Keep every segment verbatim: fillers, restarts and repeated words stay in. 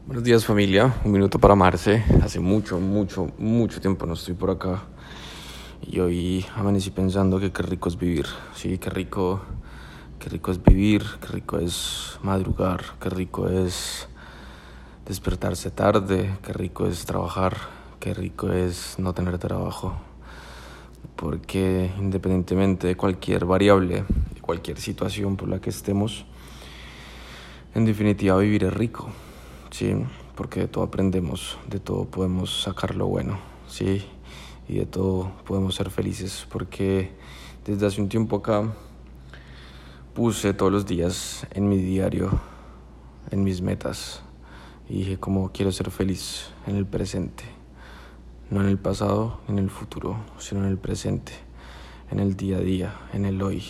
Buenos días, familia. Un minuto para amarse. Hace mucho, mucho, mucho tiempo no estoy por acá. Y hoy amanecí pensando que qué rico es vivir. Sí, qué rico, qué rico es vivir, qué rico es madrugar, qué rico es despertarse tarde, qué rico es trabajar, qué rico es no tener trabajo. Porque independientemente de cualquier variable, de cualquier situación por la que estemos, en definitiva vivir es rico. Sí, porque de todo aprendemos, de todo podemos sacar lo bueno, sí, y de todo podemos ser felices, porque desde hace un tiempo acá puse todos los días en mi diario, en mis metas, y dije cómo quiero ser feliz en el presente, no en el pasado, en el futuro, sino en el presente, en el día a día, en el hoy,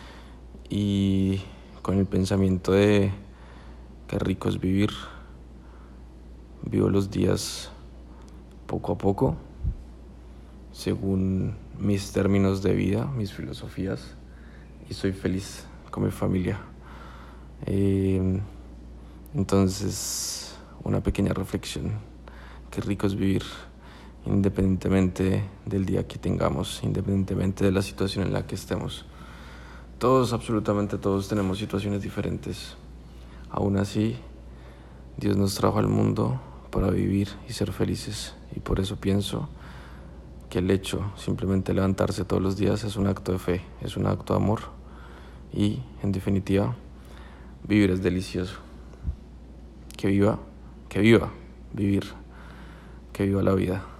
y con el pensamiento de qué rico es vivir. Vivo los días poco a poco, según mis términos de vida, mis filosofías, y soy feliz con mi familia. Eh, entonces, una pequeña reflexión. Qué rico es vivir independientemente del día que tengamos, independientemente de la situación en la que estemos. Todos, absolutamente todos, tenemos situaciones diferentes. Aún así, Dios nos trajo al mundo para vivir y ser felices, y por eso pienso que el hecho simplemente levantarse todos los días es un acto de fe, es un acto de amor, y en definitiva vivir es delicioso. Que viva, que viva vivir, que viva la vida.